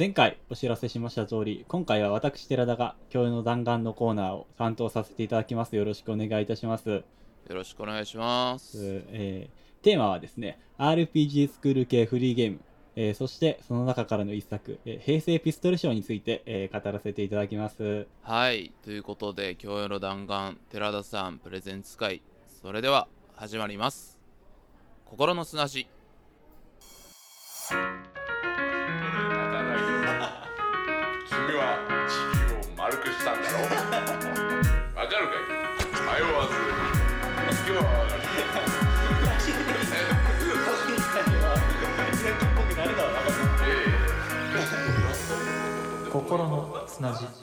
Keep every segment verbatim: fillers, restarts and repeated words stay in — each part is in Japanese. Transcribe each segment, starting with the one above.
前回お知らせしました通り、今回は私寺田が教養の弾丸のコーナーを担当させていただきます。よろしくお願いいたします。よろしくお願いします。 えー、テーマはですね、アールピージー スクール系フリーゲーム、えー、そしてその中からの一作、えー、平成ピストルショーについて、えー、語らせていただきます。 はい、ということで教養の弾丸寺田さんプレゼンツ会、それでは始まります。心の砂地。 君は地球を丸くしたんだろう。わかるかい。迷わず今日はわかる。 心の砂地。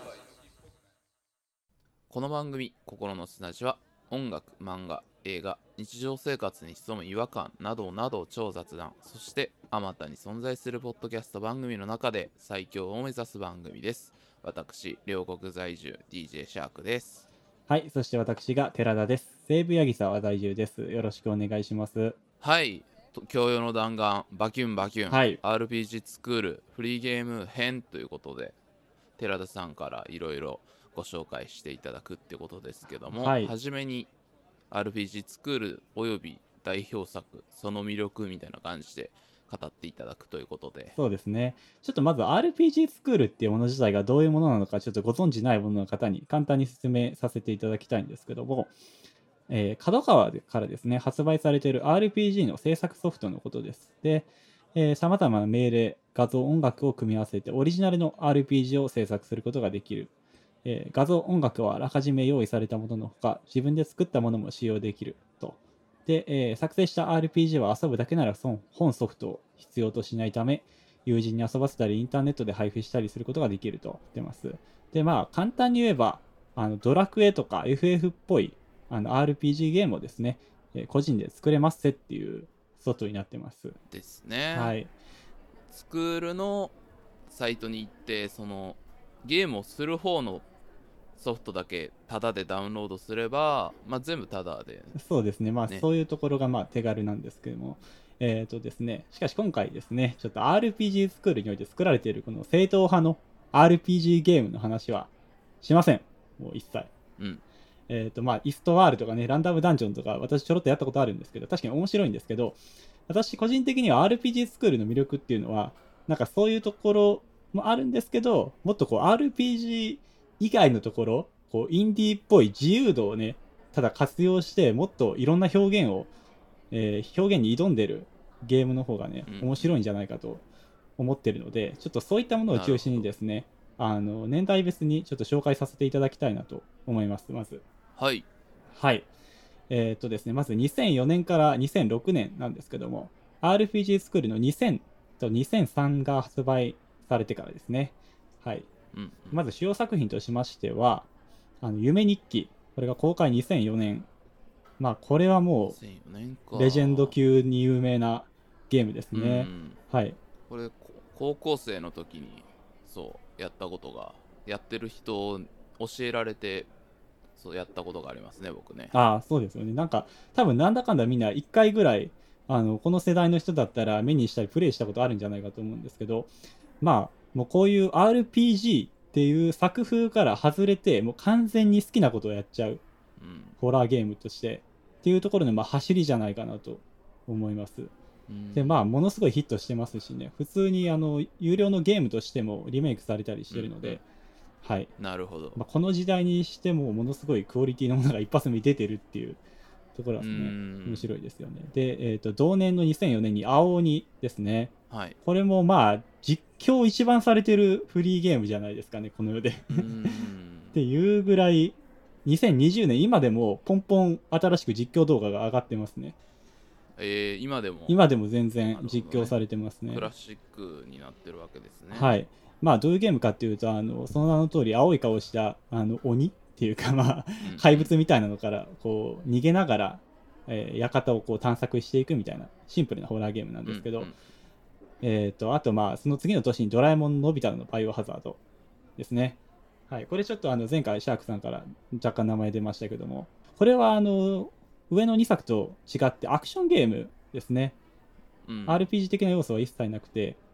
この番組心の砂地は音楽、漫画、映画、日常生活に潜む違和感などなど超雑談、そしてあまたに存在するポッドキャスト番組の中で最強を目指す番組です。私、両国在住 ディージェー シャークです。 はい、そして私が寺田です。西武八木沢在住です。よろしくお願いします。 はい、教養の弾丸バキュンバキュン、はい、アールピージー スクールフリーゲーム編ということで寺田さんからいろいろご紹介していただくってことですけども、はい、初めに アールピージー スクールおよび代表作その魅力みたいな感じで語っていただくということで。 そうですね。ちょっとまず アールピージー スクールっていうもの自体がどういうものなのかちょっとご存じないものの方に簡単に説明させていただきたいんですけども、えー、角川からですね発売されている アールピージー の制作ソフトのことです。で、さまざまな命令、画像、音楽を組み合わせてオリジナルの アールピージー を制作することができる。えー、画像、音楽はあらかじめ用意されたもののほか、自分で作ったものも使用できると。で、えー、作成した アールピージー は遊ぶだけなら本ソフトを必要としないため、友人に遊ばせたり、インターネットで配布したりすることができると言ってます。で、まあ、簡単に言えば、あのドラクエとか エフエフ っぽいあの アールピージー ゲームをですね、えー、個人で作れますせっていうソフトになってます。 ですね。 はい。 スクールのサイトに行って、そのゲームをする方のソフトだけタダでダウンロードすれば、まあ、全部タダで、ね、 そうですね、まあ、そういうところがまあ手軽なんですけども、えーとですね、しかし今回ですね、ちょっと アールピージー スクールにおいて作られているこの正統派の アールピージー ゲームの話はしません。もう一切。 うん。 えーとまあ、イストワールとかね、ランダムダンジョンとか私ちょろっとやったことあるんですけど、確かに面白いんですけど、私個人的には アールピージー スクールの魅力っていうのは、なんかそういうところもあるんですけど、もっとこう アールピージー 以外のところ、こうインディーっぽい自由度をね、ただ活用してもっといろんな表現を、えー、表現に挑んでるゲームの方がね、うん、面白いんじゃないかと思ってるので、ちょっとそういったものを中心にですね、あの年代別にちょっと紹介させていただきたいなと思います。まずはいはいえー、っとですねまずにせんよねんからにせんろくねんなんですけども、 アールピージー スクールのにせんとにせんさんが発売されてからですね。はい、うんうん、まず主要作品としましては、あの夢日記、これが公開にせんよねん。まあこれはもうレジェンド級に有名なゲームですね。はい。 これ高校生の時にそうやったことが、やってる人を教えられてそうやったことがありますね、僕ね。 ああ、そうですよね。なんか多分なんだかんだみんないっかいぐらいあのこの世代の人だったら目にしたりプレイしたことあるんじゃないかと思うんですけど、まあもうこういう アールピージーっていう作風から外れて、もう完全に好きなことをやっちゃう、うん、ホラーゲームとしてっていうところのまあ走りじゃないかなと思います。うん、でまあものすごいヒットしてますしね、普通にあの有料のゲームとしてもリメイクされたりしてるので、うんうん、はい、 なるほど。 まあ、この時代にしてもものすごいクオリティのものが一発目出てるっていうところはですね、面白いですよね。で、えーと、同年のにせんよねんに青鬼ですね。 はい、 これもまあ実況一番されてるフリーゲームじゃないですかね、この世でっていうぐらいにせんにじゅうねん今でもポンポン新しく実況動画が上がってますね。 えー、今でも今でも全然実況されてますね。 クラシックになってるわけですね。 はい。まあどういうゲームかっていうと、あのその名の通り青い顔をしたあの鬼っていうか、まあ怪物みたいなのからこう逃げながら、えー、館をこう探索していくみたいなシンプルなホラーゲームなんですけど、うんうん、えーとあとまあその次の年にドラえもんのび太のバイオハザードですね。はい、これちょっとあの前回シャークさんから若干名前出ましたけども、これはあの上のにさくと違ってアクションゲームですね。うん、アールピージー 的な要素は一切なくて、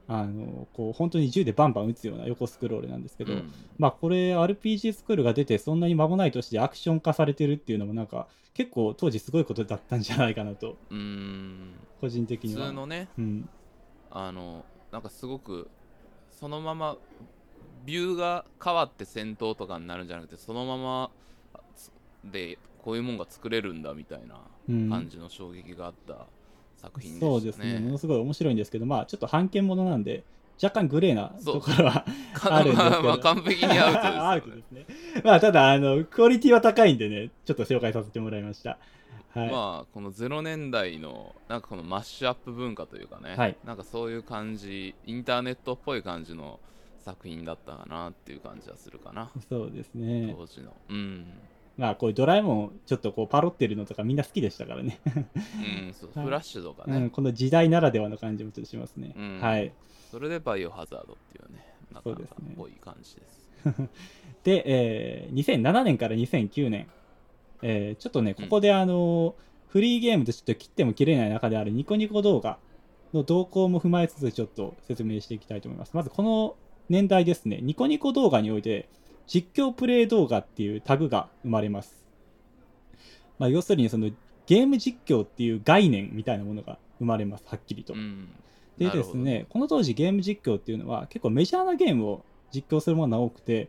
あのこう本当に銃でバンバン撃つような横スクロールなんですけど、 うんまあこれ アールピージー スクールが出てそんなに間もない年でアクション化されてるっていうのもなんか結構当時すごいことだったんじゃないかなと、 うーん個人的には。 普通のね、 うん、 あのなんかすごくそのままビューが変わって戦闘とかになるんじゃなくて、そのままでこういうもんが作れるんだみたいな感じの衝撃があった作品でしたね、 うん、そうですね、ものすごい面白いんですけど、まあちょっと判権ものなんで若干グレーなところはあるんですけど、 まあ、完璧にアウトですよね。 アウトですね。まあただあのクオリティは高いんでね、ちょっと紹介させてもらいました。はい、 まあこのゼロねんだいのなんかこのマッシュアップ文化というかね、 はい、 なんかそういう感じ、インターネットっぽい感じの作品だったかなっていう感じはするかな。 そうですね。 当時の。うん。 まあこういうドラえもんちょっとこうパロってるのとかみんな好きでしたからね。 うん、そう、フラッシュとかね、 うん、この時代ならではの感じもちょっとしますね。 うん、 はい。 それでバイオハザードっていうね、なかなかっぽい感じです。 で、えー、にせんななねんからにせんきゅうねん、えー、ちょっとね、ここであのーうん、フリーゲームとちょっと切っても切れない中であるニコニコ動画の動向も踏まえつつちょっと説明していきたいと思います。まずこの年代ですね、ニコニコ動画において実況プレイ動画っていうタグが生まれます。まあ、要するにそのゲーム実況っていう概念みたいなものが生まれます、はっきりと。うん、でですね、この当時ゲーム実況っていうのは結構メジャーなゲームを実況するものが多くて、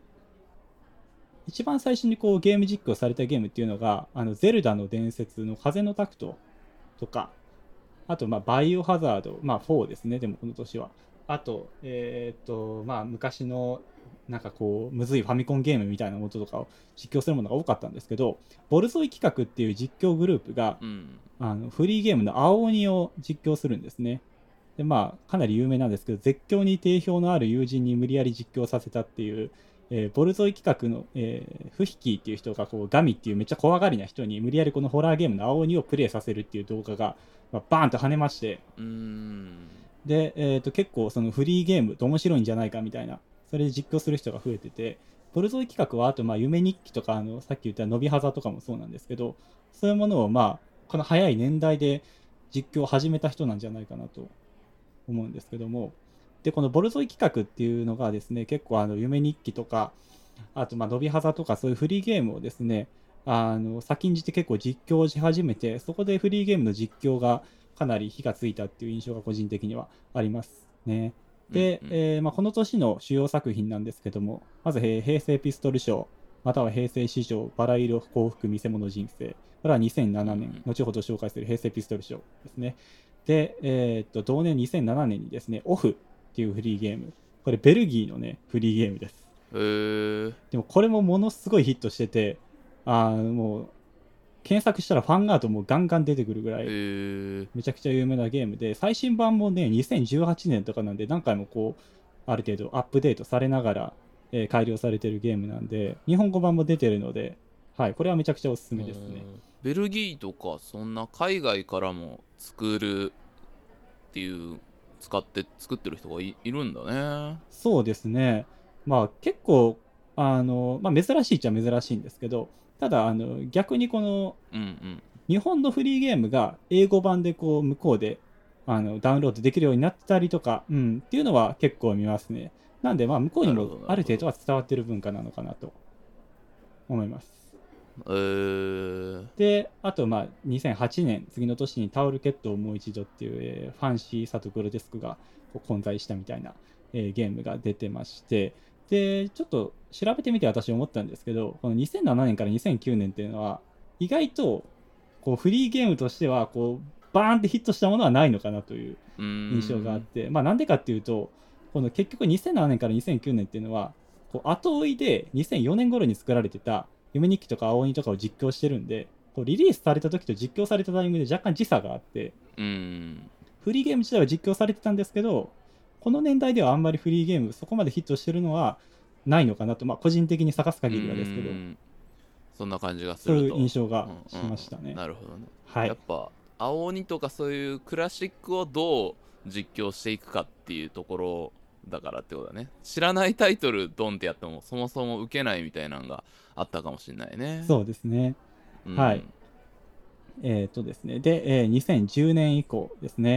一番最初にこうゲーム実況されたゲームっていうのがあのゼルダの伝説の風のタクトとか、あとまあバイオハザード、まあフォーですね、でもこの年は。あと、えー、っと、まあ昔のなんかこうむずいファミコンゲームみたいなこととかを実況するものが多かったんですけど、ボルゾイ企画っていう実況グループが、うん、あのフリーゲームの青鬼を実況するんですね。でまあかなり有名なんですけど、絶叫に定評のある友人に無理やり実況させたっていう、えー、ボルゾイ企画の、えー、フヒキーっていう人がこうガミっていうめっちゃ怖がりな人に無理やりこのホラーゲームの青鬼をプレイさせるっていう動画が、まあ、バーンと跳ねまして、うーんで、えー、と結構そのフリーゲームと面白いんじゃないかみたいな、それで実況する人が増えてて、ボルゾイ企画はあとまあ夢日記とかあのさっき言ったのびはざとかもそうなんですけど、そういうものをまあこの早い年代で実況を始めた人なんじゃないかなと思うんですけども、でこのボルゾイ企画っていうのがですね、結構あの夢日記とかあとまあのびはざとかそういうフリーゲームをですね、あの先んじて結構実況し始めて、そこでフリーゲームの実況がかなり火がついたっていう印象が個人的にはありますね。で、うんうんえーまあ、この年の主要作品なんですけども、まず平成ピストルショー、または平成史上バラ色幸福見せ物人生、これはにせんななねん、うんうん、後ほど紹介する平成ピストルショーですね。で、えー、っと同年にせんななねんにですね、オフっていうフリーゲーム、これベルギーのねフリーゲームです。 へー。 でもこれもものすごいヒットしてて、あもう検索したらファンアートもガンガン出てくるぐらいめちゃくちゃ有名なゲームで、最新版もねにせんじゅうはちねんとかなんで何回もこうある程度アップデートされながら、えー、改良されてるゲームなんで、日本語版も出てるので、はい、これはめちゃくちゃおすすめですね。 ベルギーとかそんな海外からも作るっていう使って作ってる人が い, いるんだね。 そうですね。まあ結構あの、まあ、珍しいっちゃ珍しいんですけど、ただあの逆にこの、うんうん、日本のフリーゲームが英語版でこう向こうであのダウンロードできるようになったりとか、うん、っていうのは結構見ますね。なんでまあ向こうにもある程度は伝わってる文化なのかなと思います。 えー、 であとまあにせんはちねん、次の年にタオルケットをもう一度っていう、えー、ファンシーさとグロテスクがこう混在したみたいな、えー、ゲームが出てまして、でちょっと調べてみて私思ったんですけど、このにせんななねんからにせんきゅうねんっていうのは意外とこうフリーゲームとしてはこうバーンってヒットしたものはないのかなという印象があって、まあなんでかっていうと、この結局にせんななねんからにせんきゅうねんっていうのはこう後追いでにせんよねん頃に作られてた夢日記とか青鬼とかを実況してるんで、こうリリースされた時と実況されたタイミングで若干時差があって、 うんフリーゲーム自体は実況されてたんですけど、この年代ではあんまりフリーゲームそこまでヒットしてるのはないのかなと、まあ、個人的に探す限りはですけど、 そんな感じがすると、 そういう印象がしましたね。 うんうん、なるほどね、 はい、 やっぱ青鬼とかそういうクラシックをどう実況していくかっていうところだからってことだね。知らないタイトルドンってやってもそもそも受けないみたいなのがあったかもしれないね。 そうですね、うん、はい。えーとですね、で、えー、にせんじゅうねん以降ですね、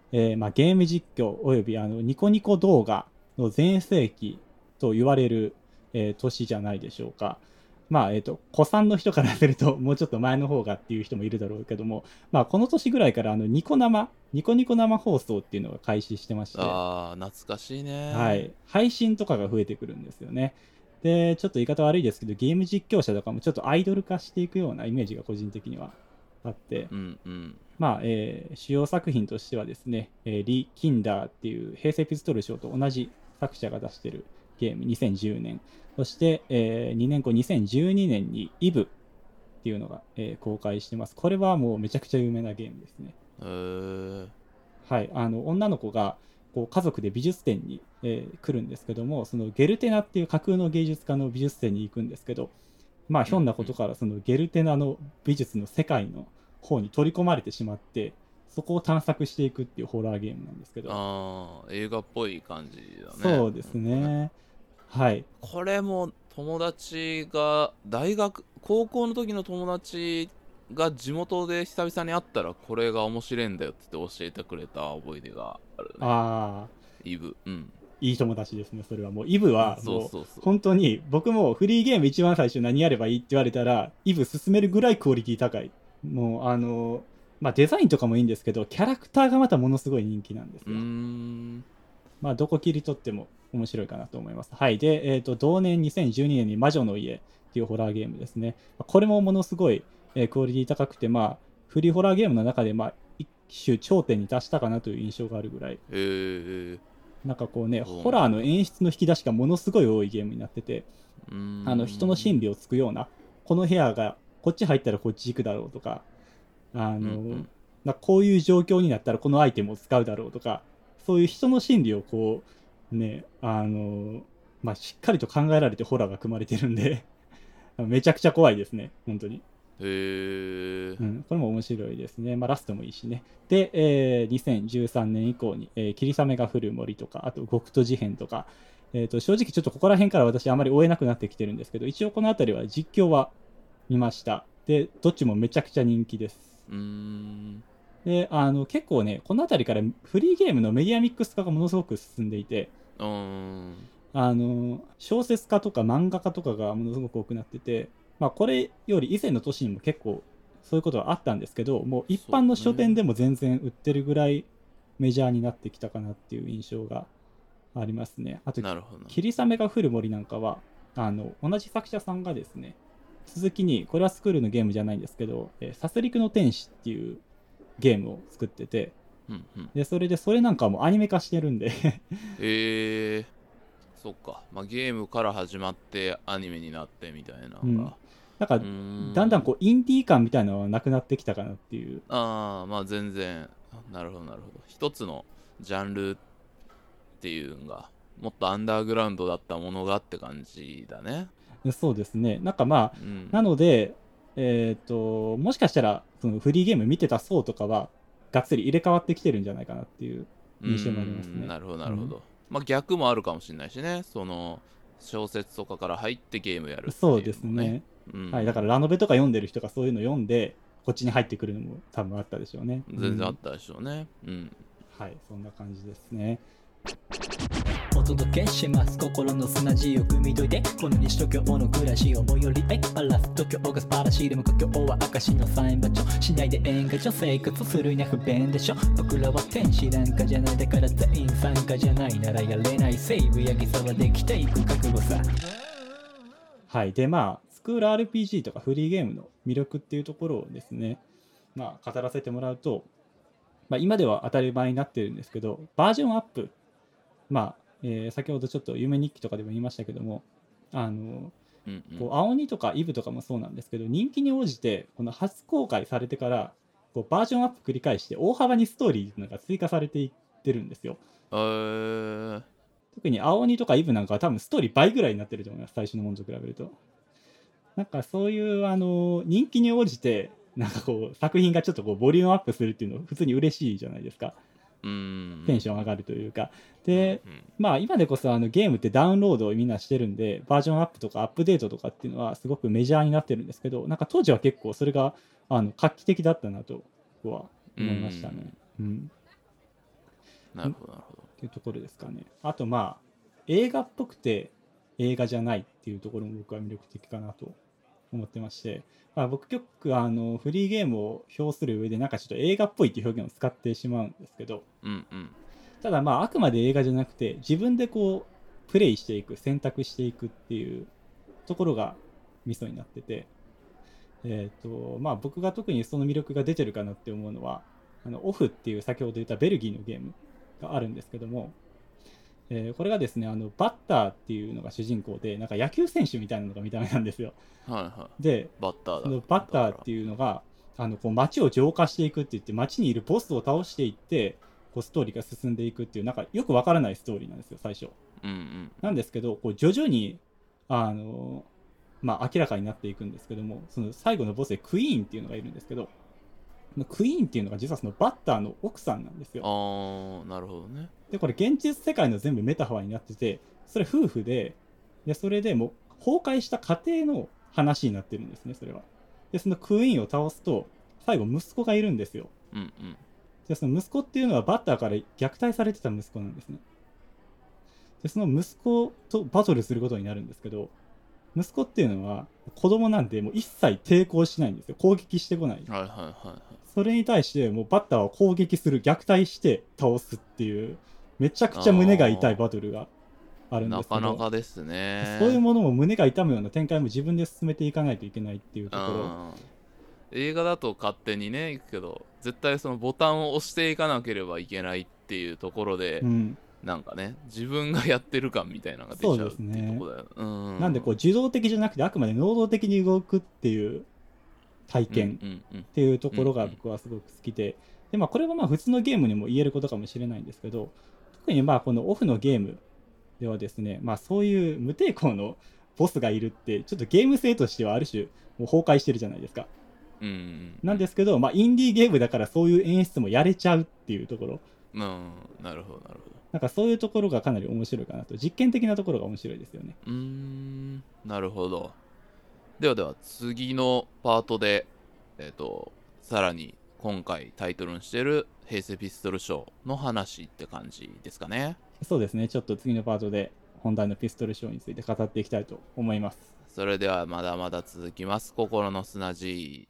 えーまあ、ゲーム実況およびあのニコニコ動画の全盛期と言われる、えー、年じゃないでしょうか。まあえーと、古参の人からするともうちょっと前の方がっていう人もいるだろうけども、まあ、この年ぐらいからあのニコ生ニコニコ生放送っていうのが開始してまして、 あー懐かしいね、 はい、配信とかが増えてくるんですよね。でちょっと言い方悪いですけど、ゲーム実況者とかもちょっとアイドル化していくようなイメージが個人的にはあって、 うんうん、 まあえー、主要作品としてはですね、えー、リ・キンダーっていう平成ピストル賞と同じ作者が出してるゲームにせんじゅうねん、そして、えー、にねんごにせんじゅうにねんにイブっていうのが、えー、公開してます。これはもうめちゃくちゃ有名なゲームですね。 へー、 はい、あの女の子がこう家族で美術展に、えー、来るんですけども、そのゲルテナっていう架空の芸術家の美術展に行くんですけど、まあひょんなことからそのゲルテナの美術の世界の方に取り込まれてしまって、そこを探索していくっていうホラーゲームなんですけど。 あー映画っぽい感じだね。 そうですね、はい。 これも友達が大学高校の時の友達が地元で久々に会ったらこれが面白いんだよって言って教えてくれた思い出があるね。 ああ、 イブ、うん、 いい友達ですね。それはもうイブはもそうそうそう、 本当に僕もフリーゲーム一番最初何やればいいって言われたらイブ進めるぐらいクオリティ高い。もうあのまあデザインとかもいいんですけど、キャラクターがまたものすごい人気なんですよ。 うーん、 まあどこ切り取っても面白いかなと思います。はい。で、えーと、同年にせんじゅうにねんに魔女の家っていうホラーゲームですね。これもものすごい、えークオリティ高くて、まあフリーホラーゲームの中でまあ一種頂点に達したかなという印象があるぐらい。 へー、 なんかこうね、 うんホラーの演出の引き出しがものすごい多いゲームになってて、 うーん、 あの人の心理をつくような、この部屋がこっち入ったらこっち行くだろうとか、あの、 うんうん、 なんかこういう状況になったらこのアイテムを使うだろうとか、そういう人の心理をこうね、あのまあ、しっかりと考えられてホラーが組まれてるんでめちゃくちゃ怖いですね、本当に。 へー、 うん、これも面白いですね。まあ、ラストもいいしね。で、えーにせんじゅうさんねん以降に、えー霧雨が降る森とか、あと極都事変とか、えーと、正直ちょっとここら辺から私あまり追えなくなってきてるんですけど、一応この辺りは実況は見ました。で、どっちもめちゃくちゃ人気です。 うーん、 で、あの結構ね、この辺りからフリーゲームのメディアミックス化がものすごく進んでいて、 うーん、 あの小説家とか漫画家とかがものすごく多くなってて、まあ、これより以前の年にも結構そういうことはあったんですけど、もう一般の書店でも全然売ってるぐらいメジャーになってきたかなっていう印象がありますね。あと、霧雨が降る森なんかはあの同じ作者さんがですね、続きに、これはスクールのゲームじゃないんですけど、えー、殺戮の天使っていうゲームを作ってて、 うんうん、 でそれでそれなんかもアニメ化してるんでえー、そっか、まあ、ゲームから始まってアニメになってみたいなのが、うん、 なんかだんだんこうインディー感みたいなのはなくなってきたかなっていう。 ああ、まあ全然、なるほどなるほど、一つのジャンルっていうのがもっとアンダーグラウンドだったものがって感じだね。 そうですね。なんかまあ、うん、なので、えーと、もしかしたらそのフリーゲーム見てた層とかはがっつり入れ替わってきてるんじゃないかなっていう印象もありますね。 なるほどなるほど、うん、まあ逆もあるかもしれないしね、その小説とかから入ってゲームやるっていうの、ね、 そうですね、うん、はい、だからラノベとか読んでる人がそういうの読んでこっちに入ってくるのも多分あったでしょうね。 全然あったでしょうね、うん、うん、 はい、そんな感じですね。 お届けします心の砂地を汲み解いてこの西東京の暮らしを最寄りへバラス東京が素晴らしいでも故郷は証のサイン場所しないで演歌上生活するには不便でしょ僕らは天使なんかじゃないだから全員参加じゃないならやれないセーブやぎさはできていく覚悟さ。 はいでまあスクール アールピージー とかフリーゲームの魅力っていうところをですねまあ語らせてもらうと、まあ、今では当たり前になってるんですけどバージョンアップまあえー、先ほどちょっと夢日記とかでも言いましたけどもあの、うんうん、こう青鬼とかイブとかもそうなんですけど人気に応じてこの初公開されてからこうバージョンアップ繰り返して大幅にストーリーが追加されていってるんですよ。 えー、 特に青鬼とかイブなんかは多分ストーリー倍ぐらいになってると思います、最初のものと比べると。なんかそういうあの人気に応じてなんかこう作品がちょっとこうボリュームアップするっていうのは普通に嬉しいじゃないですか。 うんテンション上がるというかで、うん、まあ今でこそあのゲームってダウンロードをみんなしてるんでバージョンアップとかアップデートとかっていうのはすごくメジャーになってるんですけどなんか当時は結構それがあの画期的だったなとは思いましたね。うん、うん、 なるほどなるほどっていうところですかね。あとまあ映画っぽくて映画じゃないっていうところも僕は魅力的かなと思ってまして、まあ、僕よくあのフリーゲームを評する上でなんかちょっと映画っぽいっていう表現を使ってしまうんですけど、 うんうん、 ただまああくまで映画じゃなくて自分でこうプレイしていく選択していくっていうところがミソになってて、えーとまあ、僕が特にその魅力が出てるかなって思うのはあのオフっていう先ほど言ったベルギーのゲームがあるんですけども、えー、これがですねあのバッターっていうのが主人公でなんか野球選手みたいなのが見た目なんですよ。 はいはい、 でバッターだそのバッターっていうのがあのこう街を浄化していくって言って街にいるボスを倒していってこうストーリーが進んでいくっていうなんかよくわからないストーリーなんですよ最初、 うんうん、 なんですけどこう徐々にあのまあ明らかになっていくんですけども、その最後のボスでクイーンっていうのがいるんですけど、クイーンっていうのが実はそのバッターの奥さんなんですよ。 ああなるほどね。 でこれ現実世界の全部メタファーになってて、それ夫婦で、でそれでもう崩壊した家庭の話になってるんですねそれは。でそのクイーンを倒すと最後息子がいるんですよ。 うんうん、 でその息子っていうのはバッターから虐待されてた息子なんですね。でその息子とバトルすることになるんですけど、息子っていうのは子供なんでもう一切抵抗しないんですよ。攻撃してこない、 はいはいはいはい、 それに対してもうバッターは攻撃する、虐待して倒すっていうめちゃくちゃ胸が痛いバトルがあるんですけど、 なかなかですね。 そういうものも胸が痛むような展開も自分で進めていかないといけないっていうところ。 映画だと勝手にね行くけど絶対そのボタンを押していかなければいけないっていうところで、うん、なんかね自分がやってる感みたいなのが出ちゃうっていうところだよ。うん、 なんでこう受動的じゃなくてあくまで能動的に動くっていう体験っていうところが僕はすごく好きで、で、まあ、これはまあ普通のゲームにも言えることかもしれないんですけど、特にまあこのオフのゲームではですね、まあ、そういう無抵抗のボスがいるってちょっとゲーム性としてはある種もう崩壊してるじゃないですか。 うん、 なんですけど、まあ、インディーゲームだからそういう演出もやれちゃうっていうところ、 うん、なるほどなるほど。 なんかそういうところがかなり面白いかなと、実験的なところが面白いですよね。 うーん、なるほど。ではでは次のパートで、えーと、さらに今回タイトルにしてる平成ピストルショーの話って感じですかね。 そうですね、ちょっと次のパートで本題のピストルショーについて語っていきたいと思います。 それではまだまだ続きます。心の砂地。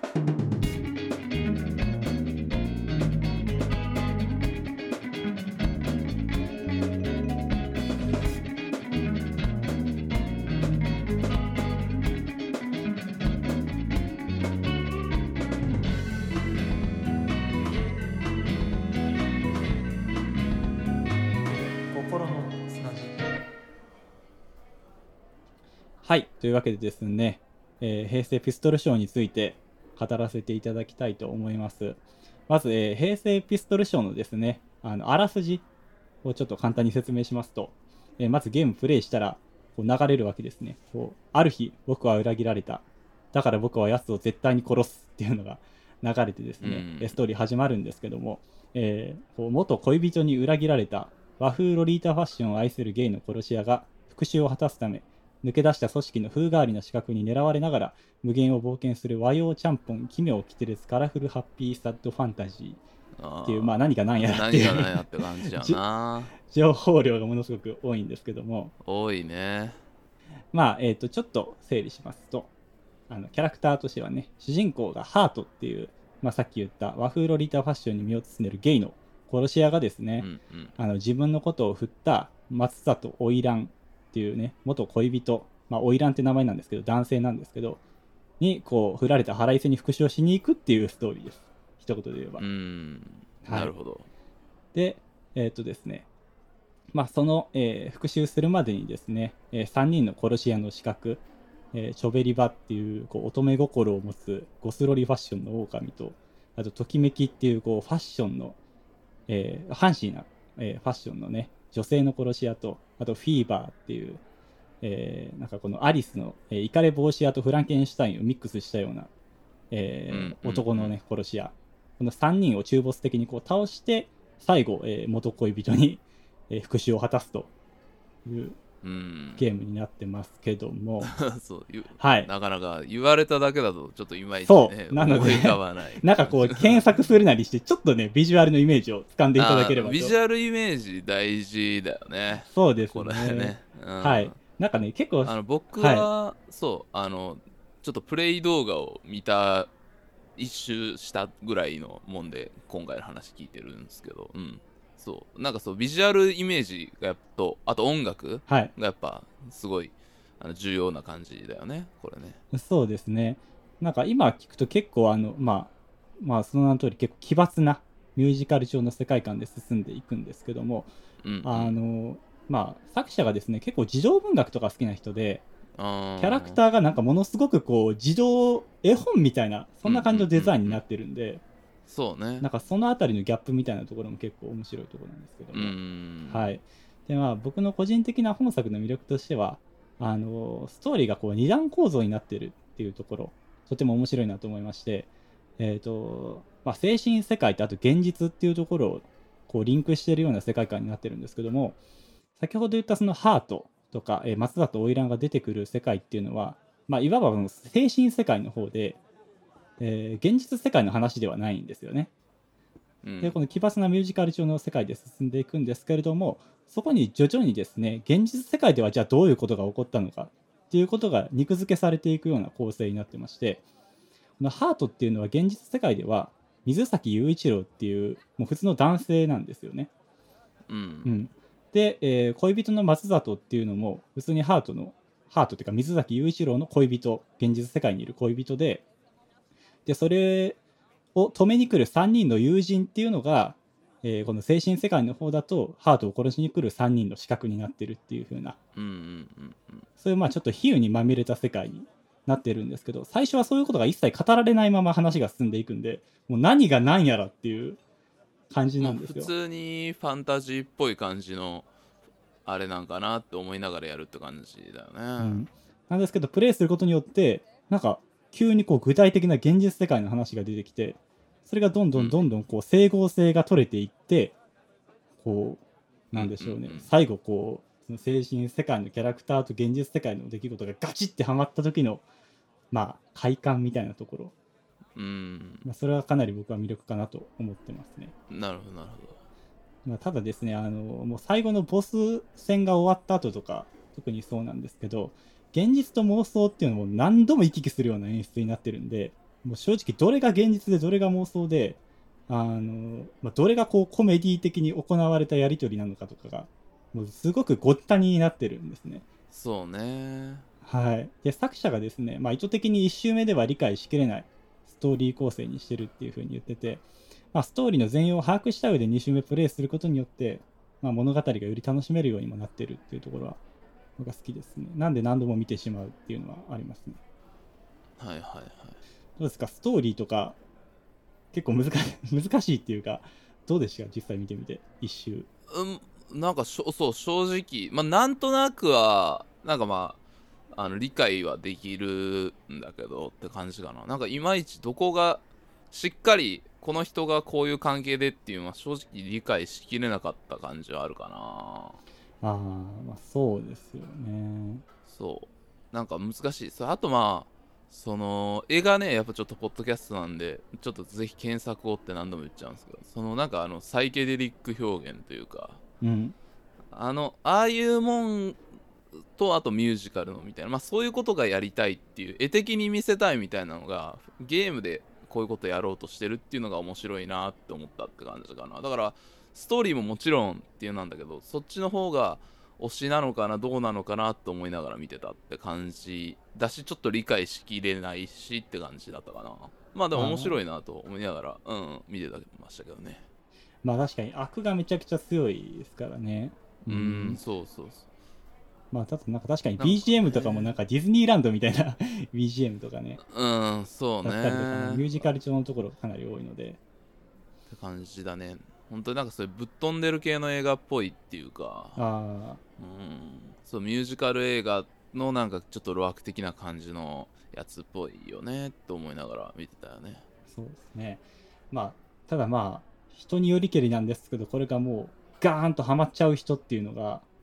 はい、というわけでですね、えー、平成ピストルショーについて語らせていただきたいと思います。まず、えー、平成ピストルショーのですね、あのあらすじをちょっと簡単に説明しますと、えー、まずゲームプレイしたらこう流れるわけですね。こうある日僕は裏切られた、だから僕は奴を絶対に殺すっていうのが流れてですね、うん、ストーリー始まるんですけども、えー、こう元恋人に裏切られた和風ロリータファッションを愛するゲイの殺し屋が復讐を果たすため抜け出した組織の風変わりな資格に狙われながら無限を冒険する和洋ちゃんぽん奇妙奇てれつカラフルハッピースタッドファンタジーっていう、まあ何か何やらっていう何が何やって感じやな情報量がものすごく多いんですけども、 多いね。 まあえっとちょっと整理しますと、あのキャラクターとしてはね、主人公がハートっていう、まあ、さっき言った和風ロリータファッションに身を包んでるゲイの殺し屋がですね、うんうん、あの自分のことを振った松里花魁っていうね元恋人、まあ花魁って名前なんですけど男性なんですけどにこう振られた腹いせに復讐をしに行くっていうストーリーです、一言で言えば。うーん、 なるほど。 でえー、っとですねまあその、えー、復讐するまでにですね、えー、さんにんの殺し屋の資格、えー、チョベリバっていう、こう乙女心を持つゴスロリファッションの狼と、あとときめきっていう、こうファッションの、えー、ファンシーな、えー、ファッションのね女性の殺し屋と、あとフィーバーっていう、えー、なんかこのアリスの、えー、イカレ帽子屋とフランケンシュタインをミックスしたような、えーうんうんうん、男のね殺し屋、このさんにんを中ボス的にこう倒して最後、えー、元恋人に、えー、復讐を果たすというゲームになってますけどもそう、 はい、 なかなか言われただけだとちょっといまいちね、 そうなので思い浮かばないなんかこう検索するなりしてちょっとねビジュアルのイメージを掴んでいただければと。 ビジュアルイメージ大事だよね。 そうですね、 これね、うん、 はい。なんかね結構あの僕は、 はい、 そうあのちょっとプレイ動画を見た一周したぐらいのもんで今回の話聞いてるんですけど、うん、そうなんかそうビジュアルイメージがやっぱとあと音楽がやっぱすごいあの重要な感じだよねこれね。 そうですね。なんか今聞くと結構あのまあまあその名の通り結構奇抜なミュージカル調の世界観で進んでいくんですけども、うんうん、あのまあ作者がですね結構児童文学とか好きな人で、キャラクターがなんかものすごくこう児童絵本みたいなそんな感じのデザインになってるんで、うんうんうんうん、 そうね、 なんかそのあたりのギャップみたいなところも結構面白いところなんですけども、うん、はい。でまあ僕の個人的な本作の魅力としてはあのストーリーがこう二段構造になってるっていうところとても面白いなと思いまして、えーとまあ、精神世界とあと現実っていうところをこうリンクしているような世界観になってるんですけども、先ほど言ったそのハートとか、えー、松里花魁が出てくる世界っていうのは、まあ、いわば精神世界の方で、えー、現実世界の話ではないんですよね。うん、でこの奇抜なミュージカル調の世界で進んでいくんですけれども、そこに徐々にですね現実世界ではじゃあどういうことが起こったのかっていうことが肉付けされていくような構成になってまして、このハートっていうのは現実世界では水崎雄一郎っていうもう普通の男性なんですよね。うんうん、で、えー、恋人の松里っていうのも普通にハートのハートっていうか水崎雄一郎の恋人、現実世界にいる恋人で、でそれを止めに来るさんにんの友人っていうのが、えー、この精神世界の方だとハートを殺しに来るさんにんの刺客になってるっていう風な、うんうんうんうん、そういうまあちょっと比喩にまみれた世界になってるんですけど、最初はそういうことが一切語られないまま話が進んでいくんで、もう何が何やらっていう感じなんですよ。 普通にファンタジーっぽい感じのあれなんかなって思いながらやるって感じだよね、うん、 なんですけどプレイすることによってなんか急にこう具体的な現実世界の話が出てきて、それがどんどんどんどんこう整合性が取れていって、こうなんでしょうね、最後こうその精神世界のキャラクターと現実世界の出来事がガチってはまった時のまあ快感みたいなところ、うん、まあ、それはかなり僕は魅力かなと思ってますね。 なるほどなるほど。 まあ、ただですね、あのもう最後のボス戦が終わった後とか特にそうなんですけど、現実と妄想っていうのも何度も行き来するような演出になってるんで、もう正直どれが現実でどれが妄想で、あの、まあ、どれがこうコメディ的に行われたやり取りなのかとかがもうすごくごったにになってるんですね。 そうね。 はい。で作者がですね、まあ、意図的にいち周目では理解しきれないストーリー構成にしてるっていう風に言ってて、まあ、ストーリーの全容を把握した上でに周目プレイすることによって、まあ、物語がより楽しめるようにもなってるっていうところは僕は好きですね。なんで何度も見てしまうっていうのはありますね。 はいはいはい。 どうですか、ストーリーとか結構難し難しいっていうか、どうでしたか実際見てみて一周。 うん、なんかしょそう正直、まあ、なんとなくはなんかまああの理解はできるんだけどって感じかな。なんかいまいちどこがしっかりこの人がこういう関係でっていうのは正直理解しきれなかった感じはあるかな。あー、まあそうですよね。 そうなんか難しい。それあとまあその絵がねやっぱちょっとポッドキャストなんでちょっとぜひ検索をって何度も言っちゃうんですけど、そのなんかあのサイケデリック表現というか、うん、あのああいうもんとあとミュージカルのみたいな、まあそういうことがやりたいっていう絵的に見せたいみたいなのがゲームでこういうことやろうとしてるっていうのが面白いなって思ったって感じかな。だからストーリーももちろんっていうなんだけど、そっちの方が推しなのかなどうなのかなと思いながら見てたって感じだし、ちょっと理解しきれないしって感じだったかな。まあでも面白いなと思いながらうん、見てましたけどね。 まあ確かに悪がめちゃくちゃ強いですからね。 うん、うんそうそうそう。 まあただなんか確かに ビージーエム とかもなんかディズニーランドみたいなビージーエム とかね、 うんそうね、 だったりとかね、ミュージカル調のところかなり多いのでって感じだね。本当になんかそういうぶっ飛んでる系の映画っぽいっていうか、あ、うん、そうミュージカル映画のなんかちょっと露悪的な感じのやつっぽいよねと思いながら見てたよね。 そうですね。まあただまあ人によりけりなんですけど、これがもうガーンとハマっちゃう人っていうのが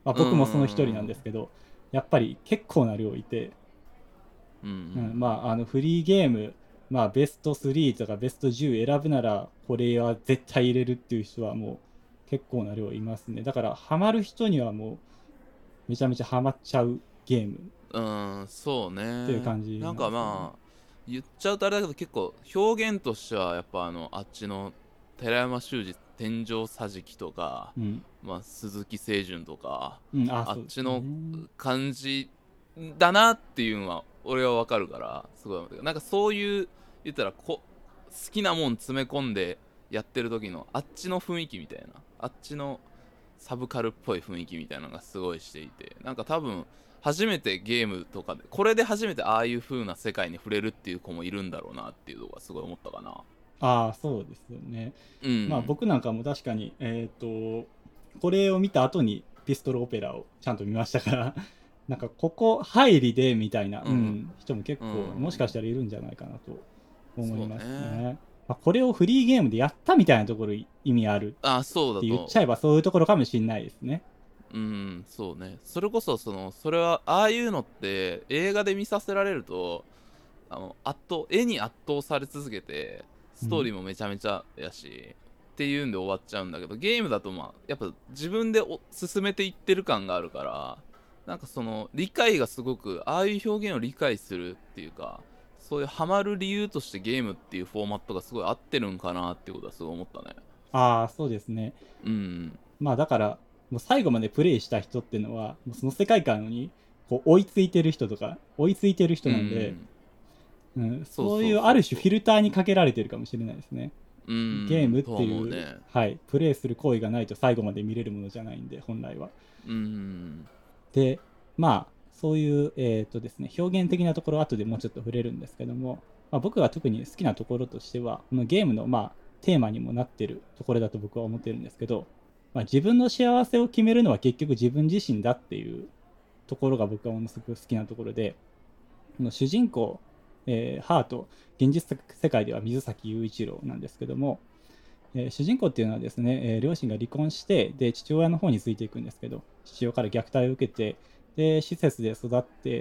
まあ、僕もその一人なんですけど、やっぱり結構な量いて、 うんうん、まああのフリーゲーム、まあ、ベストスリーとかベストじゅう選ぶならこれは絶対入れるっていう人はもう結構な量いますね。だからハマる人にはもうめちゃめちゃハマっちゃうゲームうんそうねっていう感じなんなんですよね。 かまあ言っちゃうとあれだけど結構表現としてはやっぱあのあっちの寺山修司天井桟敷とか、 うんまあ、鈴木清純とか、 うん、ああっちのそうですね感じだなっていうのは俺はわかるからすごいなんかそういう言ったらこ好きなもん詰め込んでやってる時のあっちの雰囲気みたいなあっちのサブカルっぽい雰囲気みたいなのがすごいしていてなんか多分初めてゲームとかでこれで初めてああいう風な世界に触れるっていう子もいるんだろうなっていうのがすごい思ったかな。 ああそうですよね、 うん、 まあ僕なんかも確かにえっ、ー、とこれを見た後にピストルオペラをちゃんと見ましたからなんかここ入りでみたいな、うんうん、人も結構、うん、もしかしたらいるんじゃないかなと思いますね。ねまあ、これをフリーゲームでやったみたいなところ意味あるって言っちゃえばそういうところかもしれないですね。 うんそうねそれこそそのそれはああいうのって映画で見させられるとあの圧倒絵に圧倒され続けてストーリーもめちゃめちゃやし、うん、っていうんで終わっちゃうんだけどゲームだとまあやっぱ自分で進めていってる感があるからなんかその理解がすごくああいう表現を理解するっていうかそういうハマる理由としてゲームっていうフォーマットがすごい合ってるんかなっていうことはすごい思ったね。 ああそうですね。 うんまあだからもう最後までプレイした人っていうのはもうその世界観にこう追いついてる人とか追いついてる人なんで、うんうん、そういうある種フィルターにかけられてるかもしれないですね。 うんゲームっていう、 ねはい、プレイする行為がないと最後まで見れるものじゃないんで本来は。 うんでまあそういう、えーとですね、表現的なところ後でもうちょっと触れるんですけども、まあ、僕が特に好きなところとしてはこのゲームの、まあ、テーマにもなってるところだと僕は思ってるんですけど、まあ、自分の幸せを決めるのは結局自分自身だっていうところが僕はものすごく好きなところで、この主人公、えー、ハート現実世界では水崎雄一郎なんですけども、えー、主人公っていうのはですね、えー、両親が離婚してで父親の方についていくんですけど、父親から虐待を受けてで施設で育って、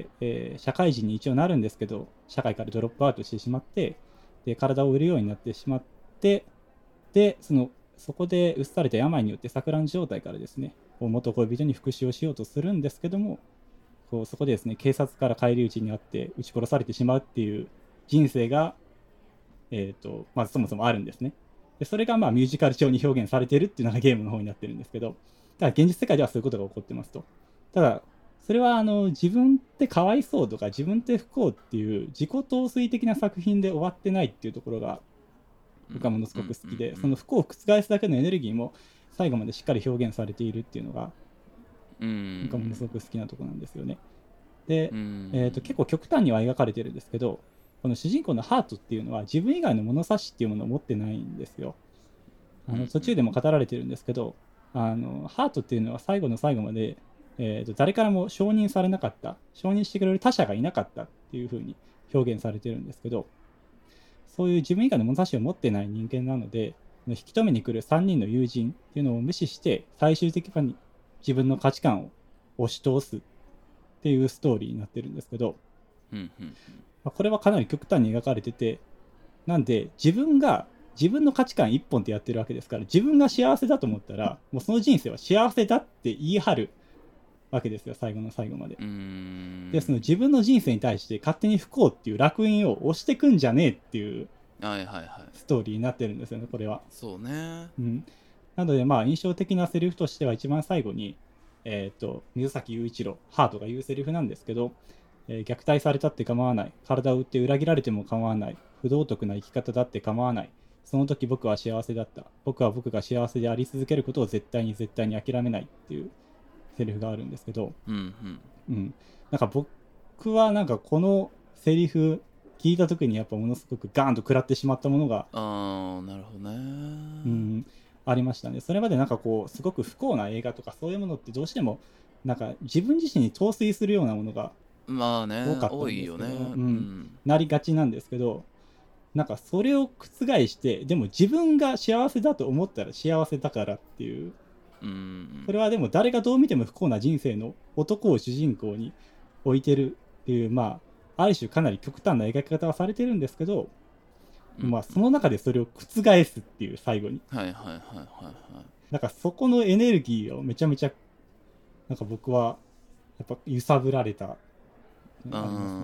えー、社会人に一応なるんですけど社会からドロップアウトしてしまってで体を売るようになってしまってで そのそこでうつされた病によって錯乱状態からですね元恋人に復讐をしようとするんですけどもこうそこでですね警察から返り討ちにあって撃ち殺されてしまうっていう人生が、えーとまずそもそもあるんですね。でそれがまあミュージカル調に表現されているっていうのがゲームの方になってるんですけど、ただ現実世界ではそういうことが起こってますと。ただそれはあの自分ってかわいそうとか自分って不幸っていう自己陶酔的な作品で終わってないっていうところが僕はものすごく好きで、その不幸を覆すだけのエネルギーも最後までしっかり表現されているっていうのが僕はものすごく好きなところなんですよね。で、えーと結構極端には描かれてるんですけど、この主人公のハートっていうのは自分以外の物差しっていうものを持ってないんですよ。あの途中でも語られてるんですけど、あのハートっていうのは最後の最後まで、えーと誰からも承認されなかった、承認してくれる他者がいなかったっていう風に表現されてるんですけど、そういう自分以外の物差しを持ってない人間なので、引き止めに来るさんにんの友人っていうのを無視して最終的に自分の価値観を押し通すっていうストーリーになってるんですけど、 うんうんうんまあ、これはかなり極端に描かれてて、なんで自分が自分の価値観一本ってやってるわけですから、自分が幸せだと思ったらもうその人生は幸せだって言い張るわけですよ、最後の最後まで。 うーんでその自分の人生に対して勝手に不幸っていう烙印を押してくんじゃねえっていうはいはいはいストーリーになってるんですよね、これは。 そうねうん、なのでまあ印象的なセリフとしては一番最後に、えー、と水崎雄一郎ハートが言うセリフなんですけど、えー、虐待されたって構わない、体を売って裏切られても構わない、不道徳な生き方だって構わない、その時僕は幸せだった、僕は僕が幸せであり続けることを絶対に絶対に諦めないっていうセリフがあるんですけど、 うんうんうん、なんか僕はなんかこのセリフ聞いた時にやっぱものすごくガーンと食らってしまったものがあーなるほどね、 うん、ありましたね。それまでなんかこうすごく不幸な映画とかそういうものってどうしてもなんか自分自身に陶酔するようなものがまあね多かったん多ですけど、 いよね、 うんうん、 なりがちなんですけど、なんかそれを覆してでも自分が幸せだと思ったら幸せだからっていううん、 それはでも誰がどう見ても不幸な人生の男を主人公に置いてるっていう、まあある種かなり極端な描き方はされてるんですけど、うん、まあその中でそれを覆すっていう最後に、 はいはいはいはいはい。 なんかそこのエネルギーをめちゃめちゃなんか僕はやっぱ揺さぶられた。 うん、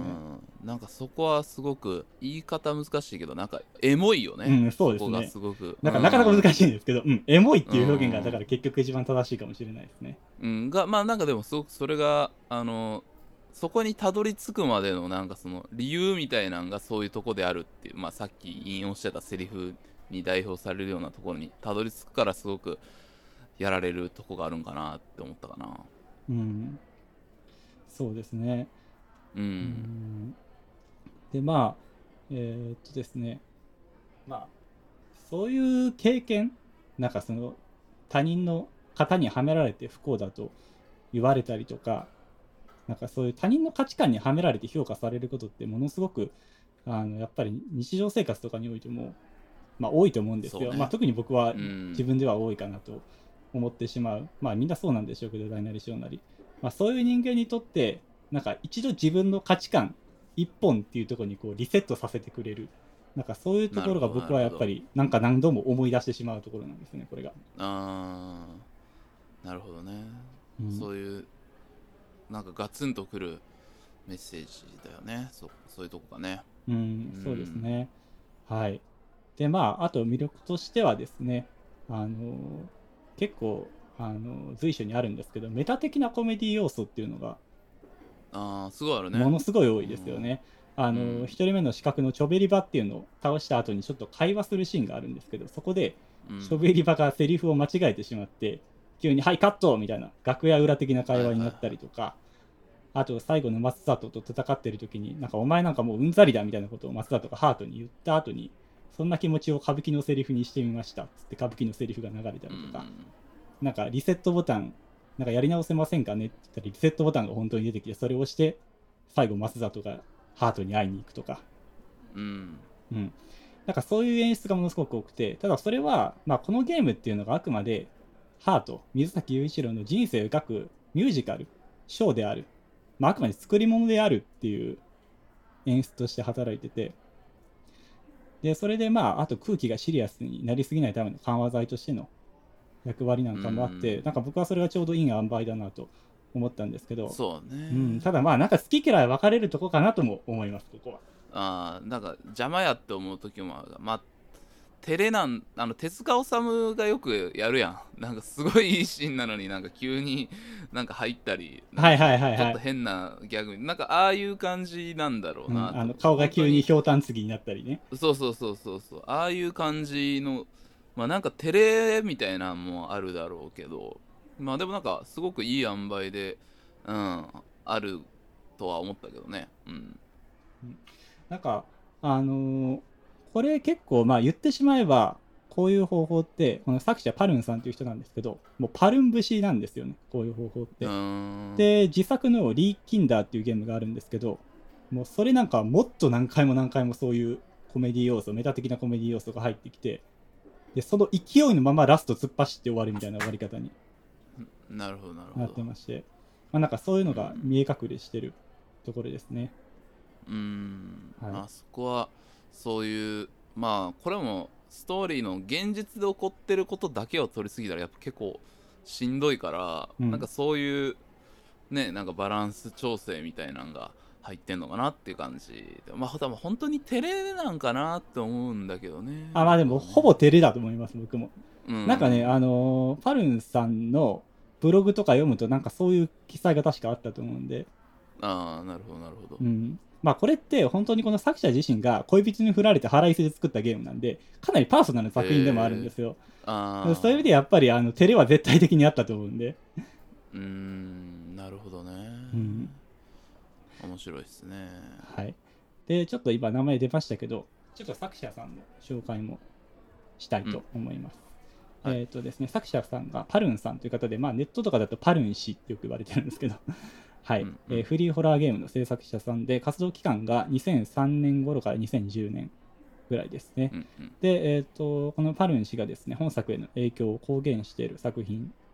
なんかそこはすごく言い方難しいけどなんかエモいよね。 うん、そうですね。 そこがすごくなんかなかなか難しいんですけど、うん、エモいっていう表現がだから結局一番正しいかもしれないですね。 うん、がまあなんかでもすごくそれがあのそこにたどり着くまでのなんかその理由みたいなのがそういうとこであるっていう、まあさっき引用してたセリフに代表されるようなところにたどり着くからすごくやられるとこがあるんかなって思ったかな。 うん、そうですね。 うん、 うんでまあえー、っとですねまあそういう経験なんかその他人の型にはめられて不幸だと言われたりとかなんかそういう他人の価値観にはめられて評価されることってものすごくあのやっぱり日常生活とかにおいても、まあ、多いと思うんですよ、ねまあ、特に僕は自分では多いかなと思ってしまう、まあみんなそうなんでしょうけど大なり小なり、まあ、そういう人間にとってなんか一度自分の価値観一本っていうところにこうリセットさせてくれるなんかそういうところが僕はやっぱりなんか何度も思い出してしまうところなんですねこれが。 あーなるほどね、うん、そういうなんかガツンとくるメッセージだよね そ, そういうとこがね。 うん、うん、そうですね。はいでまああと魅力としてはですねあの結構あの随所にあるんですけどメタ的なコメディ要素っていうのがあすごいあるね。 ものすごい多いですよね。うん、あの、うん、ひとりめの四角のチョベリバっていうのを倒した後にちょっと会話するシーンがあるんですけどそこでチョベリバがセリフを間違えてしまって、うん、急にはいカットみたいな楽屋裏的な会話になったりとか、はいはい、あと最後の松里と戦ってる時になんかお前なんかもううんざりだみたいなことを松里がハートに言った後にそんな気持ちを歌舞伎のセリフにしてみましたっつって歌舞伎のセリフが流れたりとか、うん、なんかリセットボタンなんかやり直せませんかねって言ったらリセットボタンが本当に出てきてそれを押して最後松里がハートに会いに行くとか、 うんうん、なんかそういう演出がものすごく多くてただそれは、まあ、このゲームっていうのがあくまでハート水崎雄一郎の人生を描くミュージカルショーである、まあ、あくまで作り物であるっていう演出として働いててでそれでまああと空気がシリアスになりすぎないための緩和剤としての役割なんかもあって、うん、なんか僕はそれがちょうどいい塩梅だなと思ったんですけどそうね、 うん、ただまあなんか好き嫌い分かれるとこかなとも思いますここは。 あなんか邪魔やって思う時もあるまあテレなんあの手塚治虫がよくやるやんなんかすごいいいシーンなのになんか急になんか入ったりはいはいはいはいちょっと変なギャグなんかああいう感じなんだろうな、 うん、あの顔が急にひょうたん継ぎになったりねそうそうそうそうそうああいう感じのまあなんかテレみたいなのもあるだろうけどまあでもなんかすごくいい塩梅でうんあるとは思ったけどねうん、 うん、なんかあのーこれ結構まあ言ってしまえばこういう方法ってこの作者パルンさんっていう人なんですけどもうパルン節なんですよねこういう方法ってで自作のリーキンダーっていうゲームがあるんですけどもうそれなんかもっと何回も何回もそういうコメディ要素メタ的なコメディ要素が入ってきてでその勢いのままラスト突っ走って終わるみたいな終わり方になるほどなるほどなってまして、まあ、なんかそういうのが見え隠れしてるところですね。 うーん、はい、あそこはそういうまあこれもストーリーの現実で起こってることだけを取りすぎたらやっぱ結構しんどいから、うん、なんかそういうねなんかバランス調整みたいなのが入ってんのかなっていう感じまあ多分本当にテレなんかなって思うんだけどね。 あまあでもほぼテレだと思います僕も、うん、なんかねあのー、パルンさんのブログとか読むとなんかそういう記載が確かあったと思うんでああなるほどなるほど、 うんまあ、これって本当にこの作者自身が恋人に振られて腹いせで作ったゲームなんでかなりパーソナルな作品でもあるんですよ、えー、あそういう意味でやっぱりあのテレは絶対的にあったと思うんでうーんなるほどね、 うん、面白いですね。 はいでちょっと今名前出ましたけどちょっと作者さんの紹介もしたいと思います、うんはい、えっ、ー、とですね作者さんがパルンさんという方で、まあ、ネットとかだとパルン氏ってよく言われてるんですけどはいうんうんえー、フリーホラーゲームの制作者さんで活動期間がにせんさんねん頃からにせんじゅうねんぐらいですね、うんうん、で、えーと、このパルン氏がですね本作への影響を公言している作品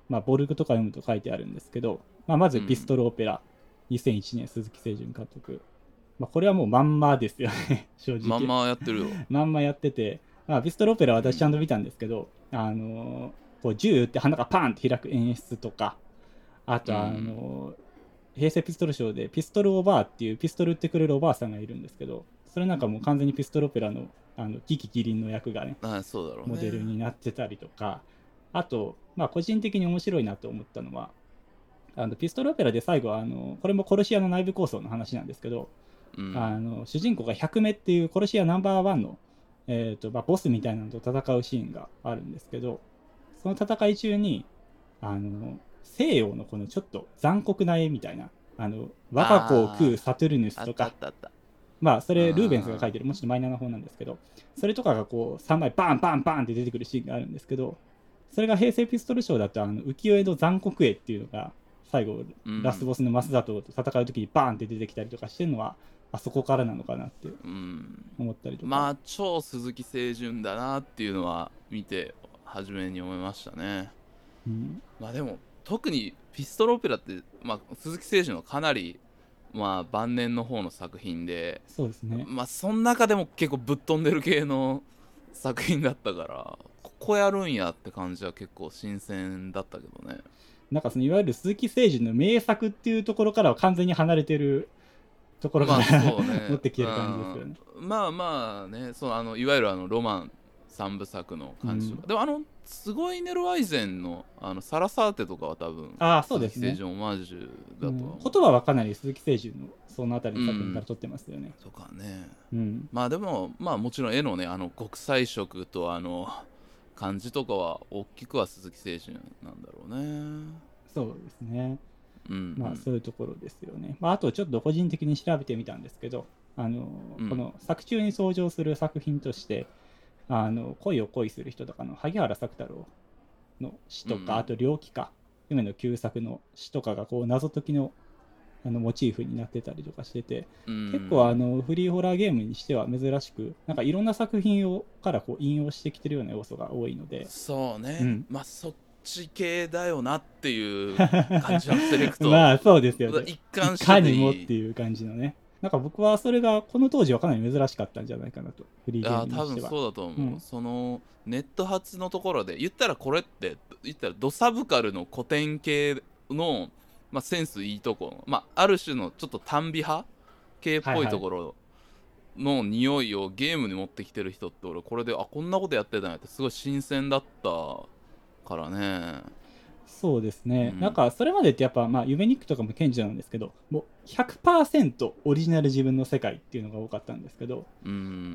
まあ、ボルグとか読むと書いてあるんですけど、まあ、まずピストルオペラ、うん、にせんいちねん鈴木清純監督、まあ、これはもうまんまですよね正直まんまやってるよまんまやってて、まあ、ピストルオペラは私ちゃんと見たんですけど、うん、あのこう銃撃って鼻がパーンって開く演出とか、あとあの、うん、平成ピストルショーでピストルおばあっていうピストル撃ってくれるおばあさんがいるんですけど、それなんかもう完全にピストルオペラのあのキキキリンの役がね、 ああそうだろうね、 モデルになってたりとか、あと、まあ、個人的に面白いなと思ったのは、あのピストルオペラで最後あのこれも殺し屋の内部構想の話なんですけど、うん、あの主人公が百目っていう殺し屋ナンバーワンの、えーとまあ、ボスみたいなのと戦うシーンがあるんですけど、その戦い中にあの西洋のこのちょっと残酷な絵みたいな、あの我が子を食うサトゥルヌスとか、まあそれルーベンスが書いてるもうちょっとマイナーな方なんですけど、それとかがこうさんまいバンバンバンって出てくるシーンがあるんですけど、それが平成ピストルショーだとあの浮世絵の残酷絵っていうのが最後、うん、ラスボスの増田と戦う時にバーンって出てきたりとかしてるのはあそこからなのかなって思ったりとか、 うん、まあ超鈴木清純だなっていうのは見て初めに思いましたね、うん、まあでも特にピストルオペラって、まあ、鈴木清純はかなりまあ晩年の方の作品で、 そうですね、 まあその中でも結構ぶっ飛んでる系の作品だったから、ここやるんやって感じは結構新鮮だったけどね。 なんかそのいわゆる鈴木清純の名作っていうところからは完全に離れてるところから、まあそうね、持ってきてる感じですよね。 まあまあね、そのあのいわゆるあのロマン三部作の感じとか、うん、でもあのすごいネルワイゼンのあのサラサーテとかは多分あそうです、ね、 鈴木清純オマージュだとは、うん、 言葉はかなり鈴木清純のそのあたりの作品から撮ってますよね。 と、うん、かね、 うん、 まあでもまあもちろん絵のねあの国際色とあの感じとかは大きくは鈴木清純なんだろうね。 そうですね、 うん、 まあそういうところですよね。まああとちょっと個人的に調べてみたんですけど、あの、うん、この作中に登場する作品としてあの恋を恋する人とかの萩原作太郎の詩とか、うん、あと猟奇か夢の旧作の詩とかがこう謎解きのあのモチーフになってたりとかしてて、うん、結構あのフリーホラーゲームにしては珍しくなんかいろんな作品をからこう引用してきてるような要素が多いので、 そうね、うん、まあそっち系だよなっていう感じのセレクトまあそうですよね、 一貫していかにもっていう感じのね。なんか僕はそれがこの当時はかなり珍しかったんじゃないかなと、フリーゲームにしては。 いや多分そうだと思う、 うん、 そのネット発のところで言ったらこれって言ったらドサブカルの古典系の、まあ、センスいいところ、まあ、ある種のちょっと短美派系っぽいところの匂いをゲームに持ってきてる人って俺これであこんなことやってたんやってすごい新鮮だったからね。 そうですね、うん、なんかそれまでってやっぱ、まあ、ユメニックとかも顕著なんですけど、もう ひゃくパーセント オリジナル自分の世界っていうのが多かったんですけど、 うん、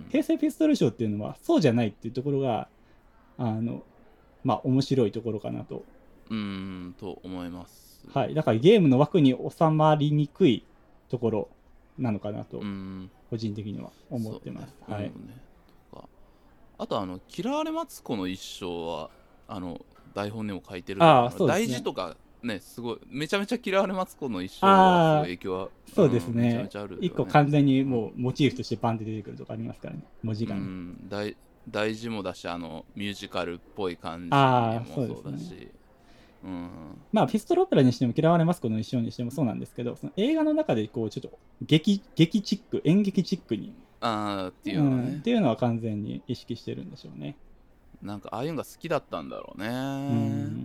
平成ピストルショーっていうのはそうじゃないっていうところがあのまあ面白いところかなとうんと思います。 はい、だからゲームの枠に収まりにくいところなのかなと、うん、個人的には思ってます。 ね、はい、ね、とかあとあのキラーレマツコの一生はあの台本にも書いてるから、ね、大事とかねすごいめちゃめちゃキラーレマツコの一生は影響はそうですね、うん、めちゃめちゃあるよね。一個完全にもうモチーフとしてバンって出てくるとかありますからね、文字が、ね、うん、 大, 大事もだしあのミュージカルっぽい感じもそうだし、うん、 まあピストルオペラにしてもキラーレマツコの一生にしてもそうなんですけど、その映画の中でこうちょっと劇劇チック演劇チックにあっていうのね、 うん、っていうのは完全に意識してるんでしょうね。 なんかああいうのが好きだったんだろうね。うん、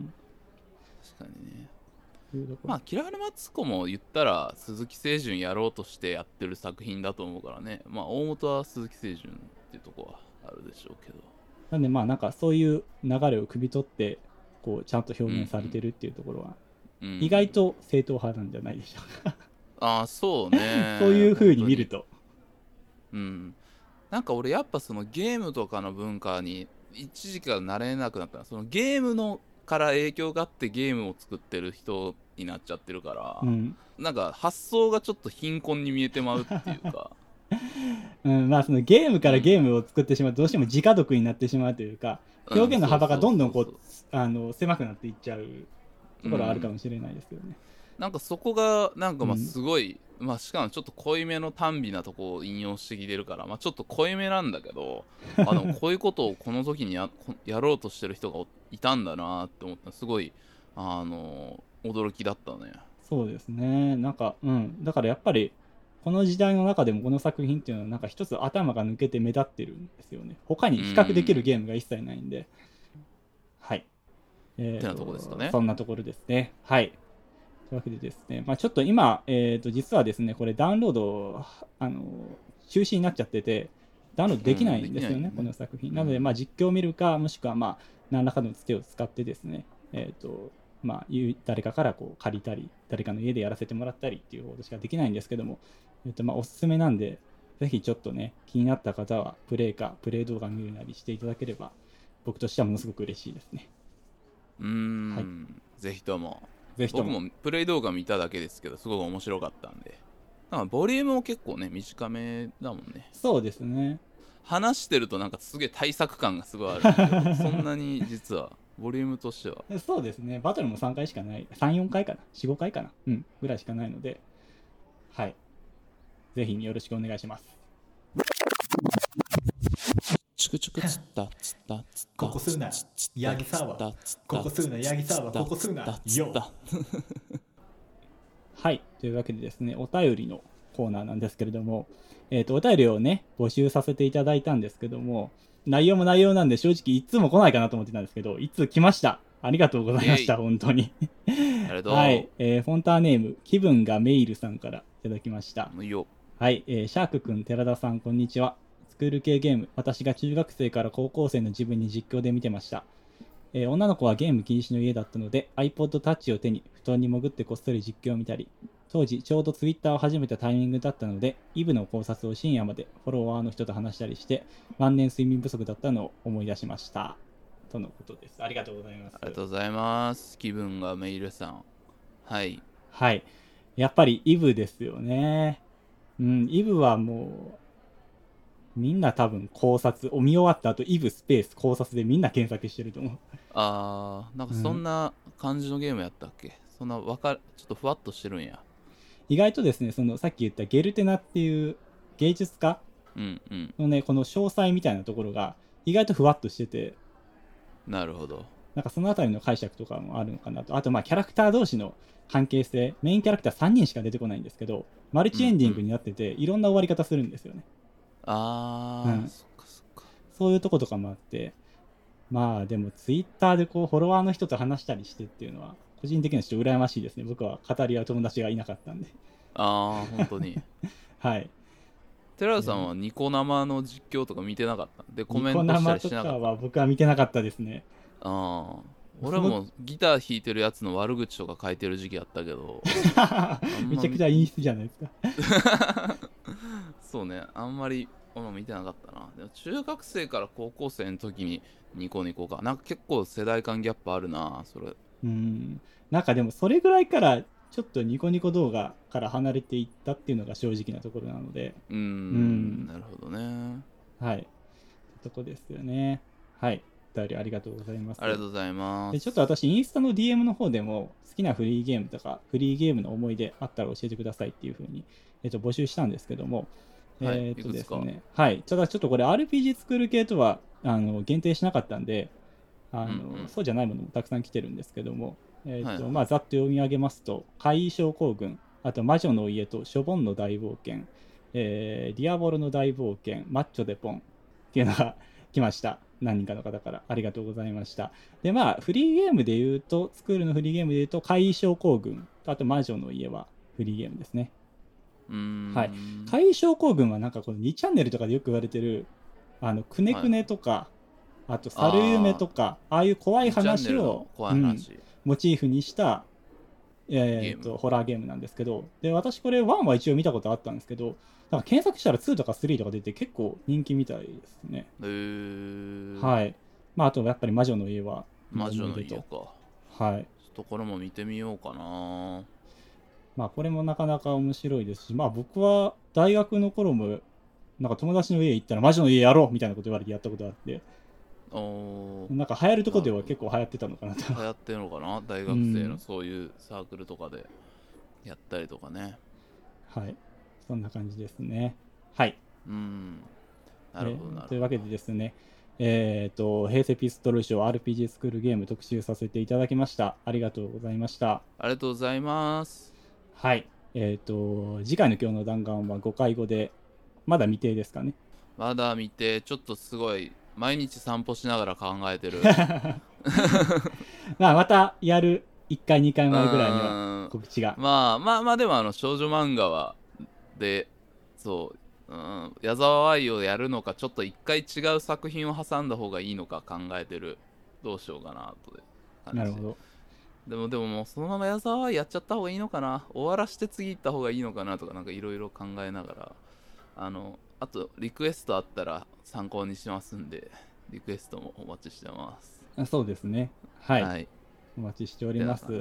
確かにね。まあキラーレマツコも言ったら鈴木清純やろうとしてやってる作品だと思うからね。まあ大元は鈴木清純っていうとこはあるでしょうけど。 なんでまあなんかそういう流れを汲み取ってこうちゃんと表現されてるっていうところは、うんうん、意外と正統派なんじゃないでしょうか。 ああそうね。 そういう風に見ると。 うん。なんか俺やっぱそのゲームとかの文化に一時期から慣れなくなったのはそのゲームのから影響があってゲームを作ってる人になっちゃってるから、うん、なんか発想がちょっと貧困に見えてまうっていうか、 うん、まあそのゲームからゲームを作ってしまうとどうしても直読になってしまうというか、表現の幅がどんどんこうあの狭くなっていっちゃうところはあるかもしれないですけどね、 うん、なんかそこがなんかまあすごい、うん、まあしかもちょっと濃いめの短美なとこを引用してきてるから、まあ、ちょっと濃いめなんだけどあでもこういうことをこの時に や, やろうとしてる人がいたんだなって思った。すごいあの驚きだったね。 そうですね。なんか、うん。だからやっぱり、この時代の中でもこの作品っていうのはなんか一つ頭が抜けて目立ってるんですよね。他に比較できるゲームが一切ないんで。はい。えー、 ってなとこですかね。 そんなところですね。はい。というわけでですね、まあ、ちょっと今、えー、と実はですね、これダウンロード、あの中止になっちゃってて、ダウンロードできないんですよね、うんねこの作品。なので、まあ、実況を見るか、もしくは、まあ、何らかのつてを使ってですね、えーとまあ、誰かからこう借りたり、誰かの家でやらせてもらったりっていうことしかできないんですけども、えーとまあ、おすすめなんで、ぜひちょっとね、気になった方は、プレイか、プレイ動画見るなりしていただければ、僕としてはものすごく嬉しいですね。 うーん、はい、ぜひとも。 ぜひとも僕もプレイ動画見ただけですけど、すごく面白かったんで。なんかボリュームも結構ね、短めだもんね。 そうですね。 話してるとなんかすげえ対策感がすごいあるんでそんなに実はボリュームとしてはそうですね。バトルもさんかいしかない、さん、よんかいかな、よん、ごかいかな、うん、ぐらいしかないので、はい。ぜひよろしくお願いします。 チクチクつったつったつったここすうなヤギサワここすうなヤギサワここすうなよはい。というわけでですね、お便りのコーナーなんですけれども、えっと、お便りをね、募集させていただいたんですけども、内容も内容なんで正直いつも来ないかなと思ってたんですけど、いつ来ました。ありがとうございました、本当に。 ありがとう。 はい、えー、フォンターネーム、気分がメールさんからいただきました。 よはい、えー、シャークくん、寺田さん、こんにちは。スクール系ゲーム、私が中学生から高校生の自分に実況で見てました。えー、女の子はゲーム禁止の家だったので iPod Touch を手に布団に潜ってこっそり実況を見たり、当時ちょうど Twitter を始めたタイミングだったのでイブの考察を深夜までフォロワーの人と話したりして万年睡眠不足だったのを思い出しましたとのことです。ありがとうございます。 ありがとうございます。気分がメイルさん。はいはい、やっぱりイブですよね。うん、イブはもうみんな多分考察を見終わった後イブスペース考察でみんな検索してると思う。 あー、なんかそんな感じのゲームやったっけ、うん、そんなわかる、ちょっとふわっとしてるんや。 意外とですね、そのさっき言ったゲルテナっていう芸術家のね、 うんうん、この詳細みたいなところが意外とふわっとしてて、 なるほど。 なんかそのあたりの解釈とかもあるのかなと。あとまあキャラクター同士の関係性、メインキャラクターさんにんしか出てこないんですけど、マルチエンディングになってて、うんうん、いろんな終わり方するんですよね。 あー、うん、そっかそっか。 そういうとことかもあって、まあでもツイッターでこうフォロワーの人と話したりしてっていうのは個人的にはちょっと羨ましいですね。僕は語り合う友達がいなかったんで。 ああ、本当に。 はい。 寺田さんはニコ生の実況とか見てなかったで、コメントしたりしなかった。ニコ生とかは僕は見てなかったですね。 ああ、俺もギター弾いてるやつの悪口とか書いてる時期あったけどめちゃくちゃ陰湿じゃないですかそうね、あんまり俺も見てなかったな。でも中学生から高校生の時にニコニコかなんか結構世代間ギャップあるなそれ。 うん、なんかでもそれぐらいからちょっとニコニコ動画から離れていったっていうのが正直なところなので、 うーん、うん、なるほどね。 はい、とこですよね。はい、お便りありがとうございます。 ありがとうございます。 でちょっと私インスタの ディーエム の方でも好きなフリーゲームとかフリーゲームの思い出あったら教えてくださいっていう風に、えっと、募集したんですけども、 はい、 えー、っとですね、はい、ただちょっとこれ アールピージー 作る系とはあの限定しなかったんで、あの、うんうん、そうじゃないものもたくさん来てるんですけども、えーとはいはい、まあ、ざっと読み上げますと、怪異症候群、あと魔女の家とショボンの大冒険、えー、ディアボロの大冒険、マッチョデポンっていうのが来ました。何人かの方からありがとうございました。で、まあ、フリーゲームで言うと、スクールのフリーゲームで言うと、怪異症候群、あと魔女の家はフリーゲームですね。 うーん、 はい。怪異症候群はなんかこのにチャンネルとかでよく言われてる、あの、くねくねとか、はい、あと猿夢とか あ, ああいう怖い話を怖い話、 うん、モチーフにした、えー、とホラーゲームなんですけど、で私これワンは一応見たことあったんですけど、なんか検索したらツーとかスリーとか出て結構人気みたいですね。 へー、 はい。まああとやっぱり魔女の家は魔女の家か、 はい、ちょっとこれも見てみようかな。 まあこれもなかなか面白いですし、まあ僕は大学の頃もなんか友達の家行ったら魔女の家やろうみたいなこと言われてやったことあって、 おなんか流行るとこでは結構流行ってたのかなと。 流行ってるのかな、大学生のそういうサークルとかでやったりとかね、 うん、はい、そんな感じですね。はい、 うん、なるほどなるほど。 というわけでですね、 えー、と平成ピストルショー アールピージー スクールゲーム特集させていただきました。ありがとうございました。 ありがとうございます。 はい、えー、と次回の今日の弾丸はごかいごでまだ未定ですかね。 まだ見て、ちょっとすごい毎日散歩しながら考えてるまあまたやるいっかいにかいまえぐらいには告知が。 まあまあまあでもあの少女漫画はでそううん、矢沢愛をやるのか、ちょっと一回違う作品を挟んだ方がいいのか考えてる。どうしようかなとで感じ。 なるほど。 でもでももうそのまま矢沢愛やっちゃった方がいいのかな、終わらして次行った方がいいのかなとか、なんかいろいろ考えながら、あのあとリクエストあったら参考にしますんで、リクエストもお待ちしてます。 あ、そうですね、はい、はい、お待ちしております。うん、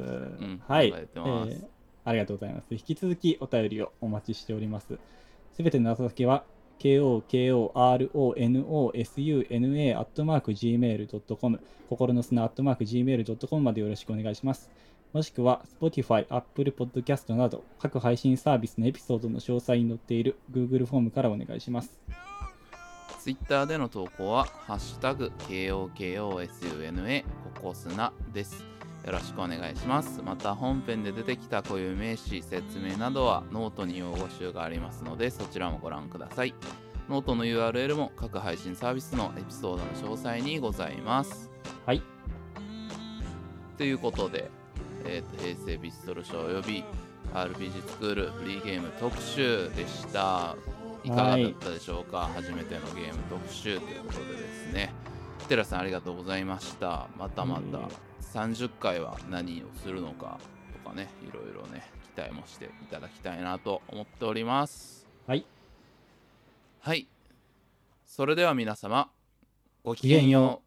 はい、えー、ありがとうございます。引き続きお便りをお待ちしております。すべての宛先は ケーオーケーオーアールオーエヌオーエスユーエヌエー アットマーク ジーメール ドットコム 心の砂 アットマーク ジーメール ドットコム までよろしくお願いします。もしくは Spotify、Apple Podcast など各配信サービスのエピソードの詳細に載っている Google フォームからお願いします。 Twitter での投稿はハッシュタグ ケーオーケーオーエスユーエヌエー ココスナです。よろしくお願いします。また本編で出てきた固有名詞、説明などはノートに用語集がありますので、そちらもご覧ください。ノートの ユーアールエル も各配信サービスのエピソードの詳細にございます。 はい。 ということで、えー、と平成ピストルショーおよび アールピージー スクールフリーゲーム特集でした。いかがだったでしょうか。はい、初めてのゲーム特集ということでですね。テラさんありがとうございました。またまたさんじゅっかいは何をするのかとかね、いろいろね期待もしていただきたいなと思っております。 はいはい、それでは皆様ごきげんよう。